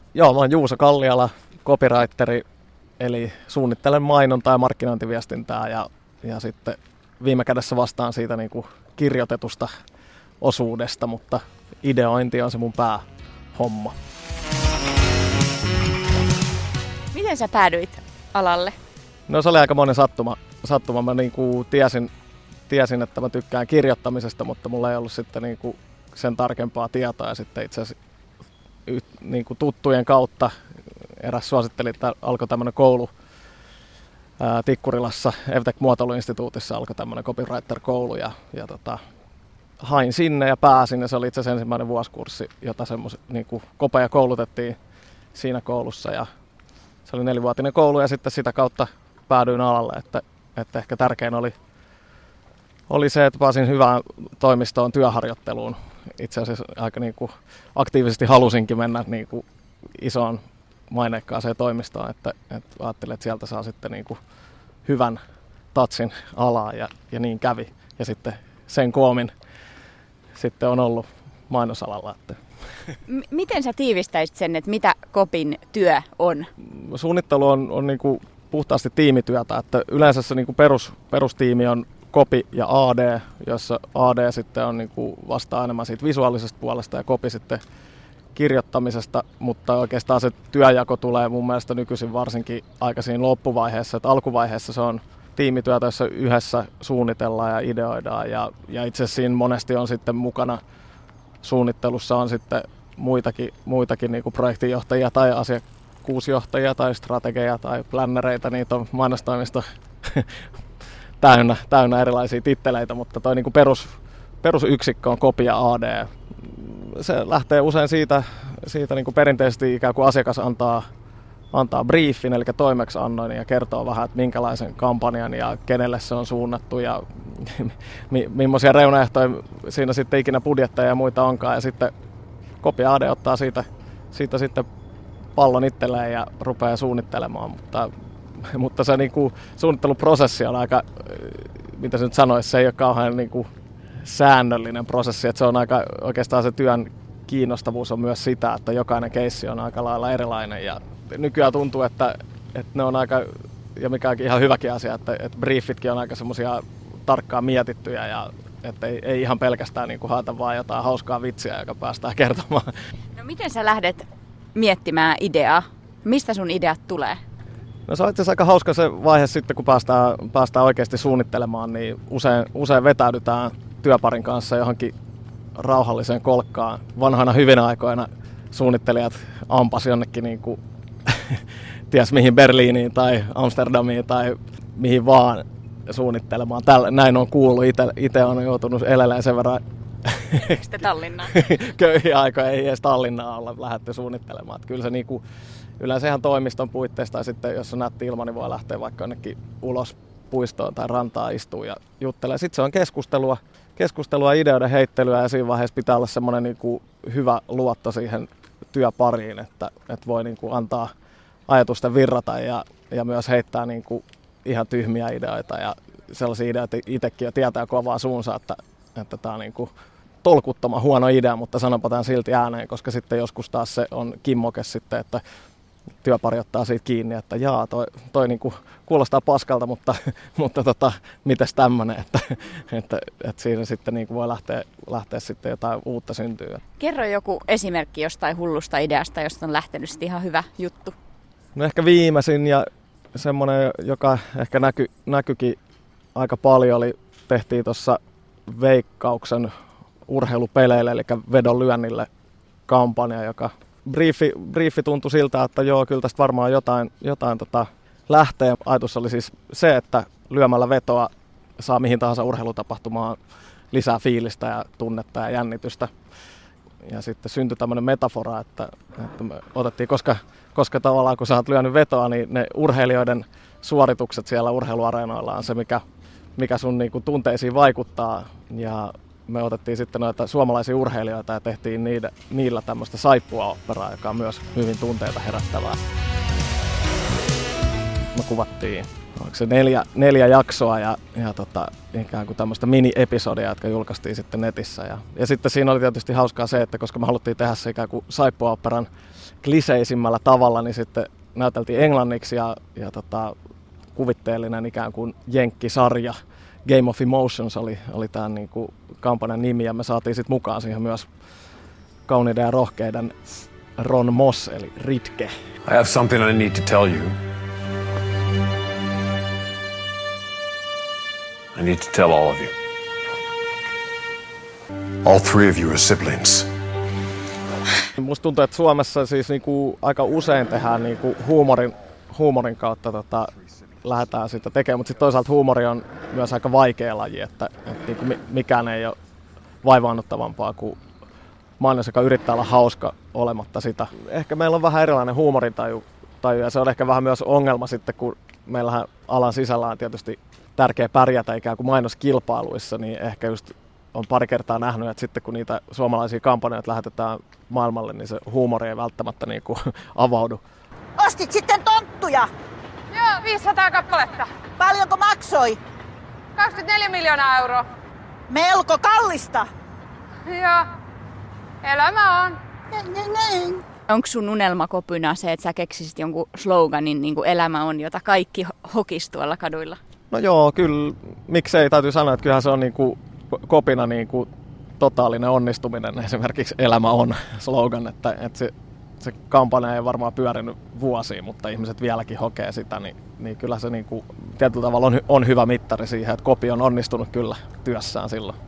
Joo, mä oon Juuso Kalliala, copywriteri, eli suunnittelen mainontaa ja markkinointiviestintää ja sitten viime kädessä vastaan siitä niin kuin kirjoitetusta osuudesta, mutta ideointi on se mun päähomma. Miten sä päädyit alalle? No se oli aika monen sattuma. Mä niin kuin tiesin, että mä tykkään kirjoittamisesta, mutta mulla ei ollut sitten niin kuin sen tarkempaa tietoa. Ja sitten itse asiassa niin kuin tuttujen kautta eräs suositteli, että alkoi tämmöinen koulu Tikkurilassa, Evtech-muotoiluinstituutissa alkoi tämmöinen copywriter-koulu ja hain sinne ja pääsin. Ja se oli itse asiassa ensimmäinen vuosikurssi, jota niin kuin kopeja koulutettiin siinä koulussa. Ja se oli 4-vuotinen koulu ja sitten sitä kautta päädyin alalle, että ehkä tärkein oli se, että pääsin hyvään toimistoon työharjoitteluun. Itse asiassa aika niin kuin aktiivisesti halusinkin mennä niin kuin isoon maineikkaaseen toimistoon, että ajattelin, että sieltä saa sitten niin kuin hyvän tatsin alaa ja niin kävi. Ja sitten sen koomin sitten on ollut mainosalalla. Miten sä tiivistäisit sen, että mitä Copyn työ on? Suunnittelu on niin kuin puhtaasti tiimityötä, että yleensä se niin kuin perustiimi on Copy ja AD, jossa AD sitten on niin kuin vastaa enemmän siitä visuaalisesta puolesta ja Copy sitten kirjoittamisesta, mutta oikeastaan se työjako tulee mun mielestä nykyisin varsinkin aika siinä loppuvaiheessa, että alkuvaiheessa se on tiimityötä, jossa yhdessä suunnitellaan ja ideoidaan ja itse asiassa siinä monesti on sitten mukana suunnittelussa on sitten muitakin niin kuin projektinjohtajia tai asiakkuusjohtajia tai strategeja tai plannereita, niitä on mainostoimisto täynnä erilaisia titteleitä, mutta toi niin kuin perusyksikkö on Copy ja AD. Se lähtee usein siitä niin kuin perinteisesti ikään kuin asiakas antaa briefin, eli toimeksiannon ja kertoo vähän, että minkälaisen kampanjan ja kenelle se on suunnattu ja millaisia reunaehtoja siinä sitten ikinä budjetteja ja muita onkaan. Ja sitten Copy AD ottaa siitä sitten pallon itselleen ja rupeaa suunnittelemaan, mutta se niin kuin suunnitteluprosessi on aika, mitä se nyt sanoisi, se ei ole kauhean niin kuin säännöllinen prosessi, että se on aika, oikeastaan se työn kiinnostavuus on myös sitä, että jokainen keissi on aika lailla erilainen ja nykyään tuntuu, että ne on aika, ja mikä onkin ihan hyväkin asia, että briefitkin on aika semmoisia tarkkaan mietittyjä ja että ei ihan pelkästään niin kuin haeta vaan jotain hauskaa vitsiä, joka päästään kertomaan. No miten sä lähdet miettimään ideaa? Mistä sun ideat tulee? No se on itse asiassa aika hauska se vaihe sitten, kun päästään oikeasti suunnittelemaan, niin usein vetäydytään työparin kanssa johonkin rauhalliseen kolkkaan. Vanhoina hyvinä aikoina suunnittelijat ampas jonnekin niin kuin, ties mihin Berliiniin tai Amsterdamiin tai mihin vaan suunnittelemaan. Näin on kuullut. Itse on joutunut elämään sen verran sitten Tallinnaan. Köyhiä aikoja ei edes Tallinnaan olla lähdetty suunnittelemaan. Että kyllä se niinku, yleensä ihan toimiston puitteista tai sitten jos on nätti ilma, niin voi lähteä vaikka jonnekin ulos puistoon tai rantaan istua ja juttelee. Sitten se on keskustelua, ideoiden heittelyä ja siinä vaiheessa pitää olla semmoinen niinku hyvä luotto siihen työpariin, että voi niinku antaa ajatusten virrata ja myös heittää niinku ihan tyhmiä ideoita ja sellaisia ideoita itsekin jo tietää kovaa suunsa, että tämä on niinku tolkuttoman huono idea, mutta sanonpa tämän silti ääneen, koska sitten joskus taas se on kimmoke sitten, että työpari ottaa siitä kiinni, että jaa, toi niinku kuulostaa paskalta, mutta mites tämmönen, että siinä sitten niinku voi lähteä sitten jotain uutta syntyä. Kerro joku esimerkki jostain hullusta ideasta, josta on lähtenyt sitten ihan hyvä juttu. No ehkä viimeisin ja semmoinen, joka ehkä näkyikin aika paljon, tehtiin tuossa Veikkauksen urheilupeleille, eli vedonlyönnille kampanja, joka briefi tuntui siltä, että joo, kyllä tästä varmaan jotain lähtee. Ajatus oli siis se, että lyömällä vetoa saa mihin tahansa urheilutapahtumaan lisää fiilistä ja tunnetta ja jännitystä. Ja sitten syntyi tämmöinen metafora, että me otettiin, koska tavallaan kun sä oot lyönyt vetoa, niin ne urheilijoiden suoritukset siellä urheiluareenoilla on se, mikä sun niinku tunteisiin vaikuttaa. Ja me otettiin sitten noita suomalaisia urheilijoita ja tehtiin niillä tämmöistä saippua-operaa, joka on myös hyvin tunteita herättävää. Me kuvattiin onko se neljä jaksoa ja ikään kuin tämmöistä mini-episodia, jotka julkaistiin sitten netissä. Ja sitten siinä oli tietysti hauskaa se, että koska me haluttiin tehdä se ikään kuin saippuaoperan kliseisimmällä tavalla, niin sitten näyteltiin englanniksi ja kuvitteellinen ikään kuin jenkkisarja. Game of Emotions oli tämän niin kuin kampanjan nimi ja me saatiin sitten mukaan siihen myös kauniiden ja rohkeiden Ron Moss eli Ritke. I have something I need to tell you. I need to tell all of you. All three of you are siblings. Musta tuntuu, että Suomessa siis niinku aika usein tehdään niinku huumorin kautta lähdetään sitä tekemään, mutta sitten toisaalta huumori on myös aika vaikea laji, että niinku mikään ei ole vaivaannuttavampaa kuin mainos, joka yrittää olla hauska olematta sitä. Ehkä meillä on vähän erilainen huumorintaju ja se on ehkä vähän myös ongelma sitten, kun meillähän alan sisällä on tietysti tärkeä pärjätä ikään kuin mainoskilpailuissa, niin ehkä just on pari kertaa nähnyt, että sitten kun niitä suomalaisia kampanjoita lähetetään maailmalle, niin se huumori ei välttämättä niin kuin avaudu. Ostit sitten tonttuja? Joo, 500 kappaletta. Paljonko maksoi? 24 miljoonaa euroa. Melko kallista. Joo, elämä on. Onko sun unelmakopyna se, että sä keksisit jonkun sloganin, niin kuin elämä on, jota kaikki hokis tuolla kaduilla? No joo, kyllä. Miksei, täytyy sanoa, että kyllähän se on niin kuin kopina niin kuin totaalinen onnistuminen. Esimerkiksi elämä on slogan, että se kampanja ei varmaan pyörinyt vuosiin, mutta ihmiset vieläkin hokee sitä, niin kyllä se niin kuin tietyllä tavalla on hyvä mittari siihen, että kopi on onnistunut kyllä työssään silloin.